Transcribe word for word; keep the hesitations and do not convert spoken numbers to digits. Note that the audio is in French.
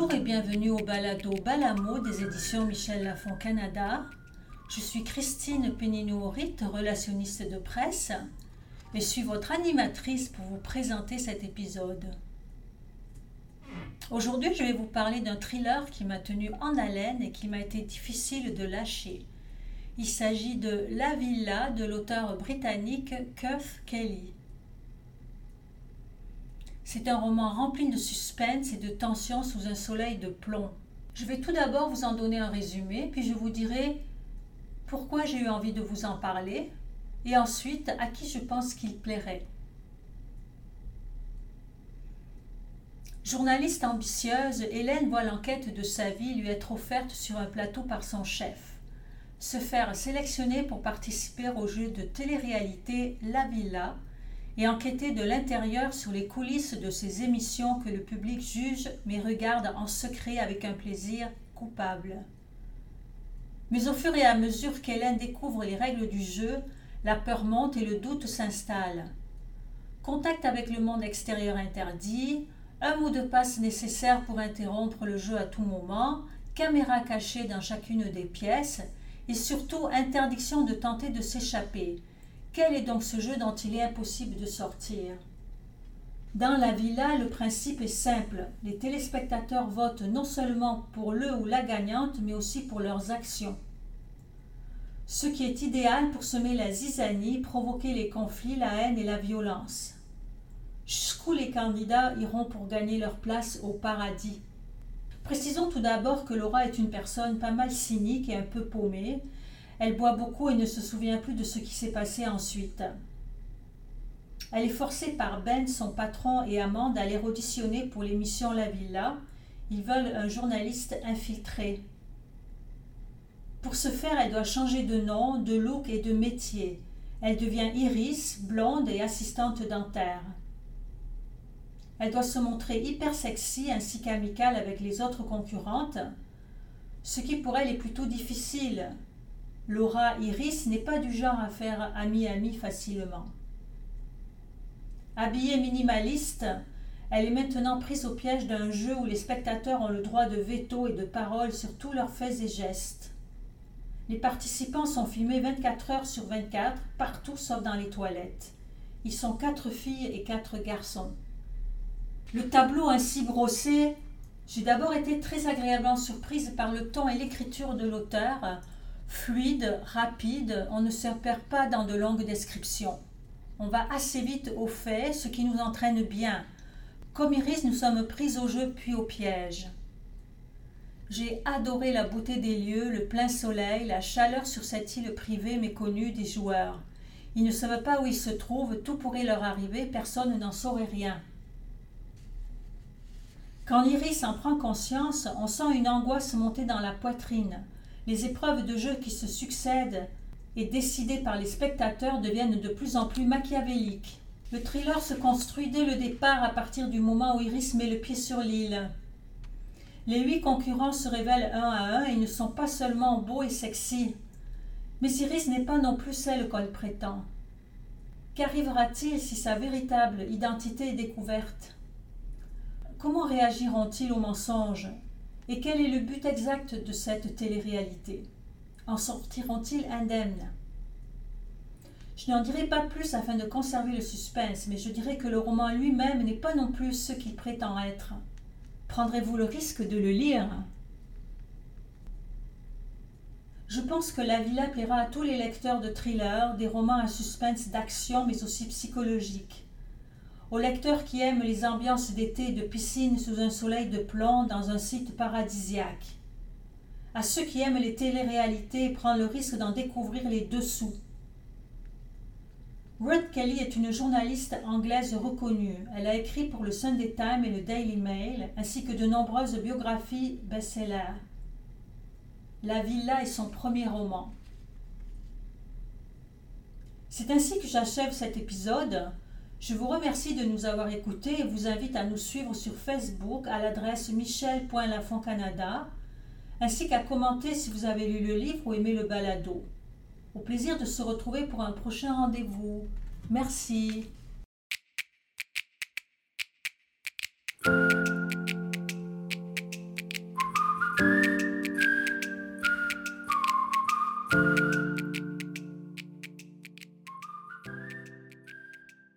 Bonjour et bienvenue au balado Balamo des éditions Michel Lafon Canada. Je suis Christine Pénineau-Rit, relationniste de presse, et je suis votre animatrice pour vous présenter cet épisode. Aujourd'hui, je vais vous parler d'un thriller qui m'a tenu en haleine et qui m'a été difficile de lâcher. Il s'agit de La Villa de l'auteur britannique Cuff Kelly. C'est un roman rempli de suspense et de tension sous un soleil de plomb. Je vais tout d'abord vous en donner un résumé, puis je vous dirai pourquoi j'ai eu envie de vous en parler, et ensuite à qui je pense qu'il plairait. Journaliste ambitieuse, Hélène voit l'enquête de sa vie lui être offerte sur un plateau par son chef. Se faire sélectionner pour participer au jeu de télé-réalité La Villa et enquêter de l'intérieur sur les coulisses de ces émissions que le public juge mais regarde en secret avec un plaisir coupable. Mais au fur et à mesure qu'Hélène découvre les règles du jeu, la peur monte et le doute s'installe. Contact avec le monde extérieur interdit, un mot de passe nécessaire pour interrompre le jeu à tout moment, caméra cachée dans chacune des pièces, et surtout interdiction de tenter de s'échapper. Quel est donc ce jeu dont il est impossible de sortir? Dans La Villa, le principe est simple. Les téléspectateurs votent non seulement pour le ou la gagnante, mais aussi pour leurs actions. Ce qui est idéal pour semer la zizanie, provoquer les conflits, la haine et la violence. Jusqu'où les candidats iront pour gagner leur place au paradis? Précisons tout d'abord que Laura est une personne pas mal cynique et un peu paumée. Elle boit beaucoup et ne se souvient plus de ce qui s'est passé ensuite. Elle est forcée par Ben, son patron et amant, d'aller auditionner pour l'émission La Villa. Ils veulent un journaliste infiltré. Pour ce faire, elle doit changer de nom, de look et de métier. Elle devient Iris, blonde et assistante dentaire. Elle doit se montrer hyper sexy ainsi qu'amicale avec les autres concurrentes, ce qui pour elle est plutôt difficile. Laura Iris n'est pas du genre à faire ami-ami facilement. Habillée minimaliste, elle est maintenant prise au piège d'un jeu où les spectateurs ont le droit de veto et de parole sur tous leurs faits et gestes. Les participants sont filmés vingt-quatre heures sur vingt-quatre, partout sauf dans les toilettes. Ils sont quatre filles et quatre garçons. Le tableau ainsi brossé, j'ai d'abord été très agréablement surprise par le ton et l'écriture de l'auteur. Fluide, rapide, on ne se perd pas dans de longues descriptions. On va assez vite au fait, ce qui nous entraîne bien. Comme Iris, nous sommes prises au jeu puis au piège. J'ai adoré la beauté des lieux, le plein soleil, la chaleur sur cette île privée méconnue des joueurs. Ils ne savent pas où ils se trouvent, tout pourrait leur arriver, personne n'en saurait rien. Quand Iris en prend conscience, on sent une angoisse monter dans la poitrine. Les épreuves de jeu qui se succèdent et décidées par les spectateurs deviennent de plus en plus machiavéliques. Le thriller se construit dès le départ à partir du moment où Iris met le pied sur l'île. Les huit concurrents se révèlent un à un et ne sont pas seulement beaux et sexy. Mais Iris n'est pas non plus celle qu'elle prétend. Qu'arrivera-t-il si sa véritable identité est découverte? Comment réagiront-ils aux mensonges? Et quel est le but exact de cette télé-réalité? En sortiront-ils indemnes? Je n'en dirai pas plus afin de conserver le suspense, mais je dirais que le roman lui-même n'est pas non plus ce qu'il prétend être. Prendrez-vous le risque de le lire? Je pense que La Villa plaira à tous les lecteurs de thrillers, des romans à suspense d'action mais aussi psychologiques. Aux lecteurs qui aiment les ambiances d'été de piscine sous un soleil de plomb dans un site paradisiaque. À ceux qui aiment les téléréalités et prennent le risque d'en découvrir les dessous. Ruth Kelly est une journaliste anglaise reconnue. Elle a écrit pour le Sunday Times et le Daily Mail, ainsi que de nombreuses biographies best-sellers. La Villa est son premier roman. C'est ainsi que j'achève cet épisode. Je vous remercie de nous avoir écoutés et vous invite à nous suivre sur Facebook à l'adresse michel point lafon canada, ainsi qu'à commenter si vous avez lu le livre ou aimé le balado. Au plaisir de se retrouver pour un prochain rendez-vous. Merci.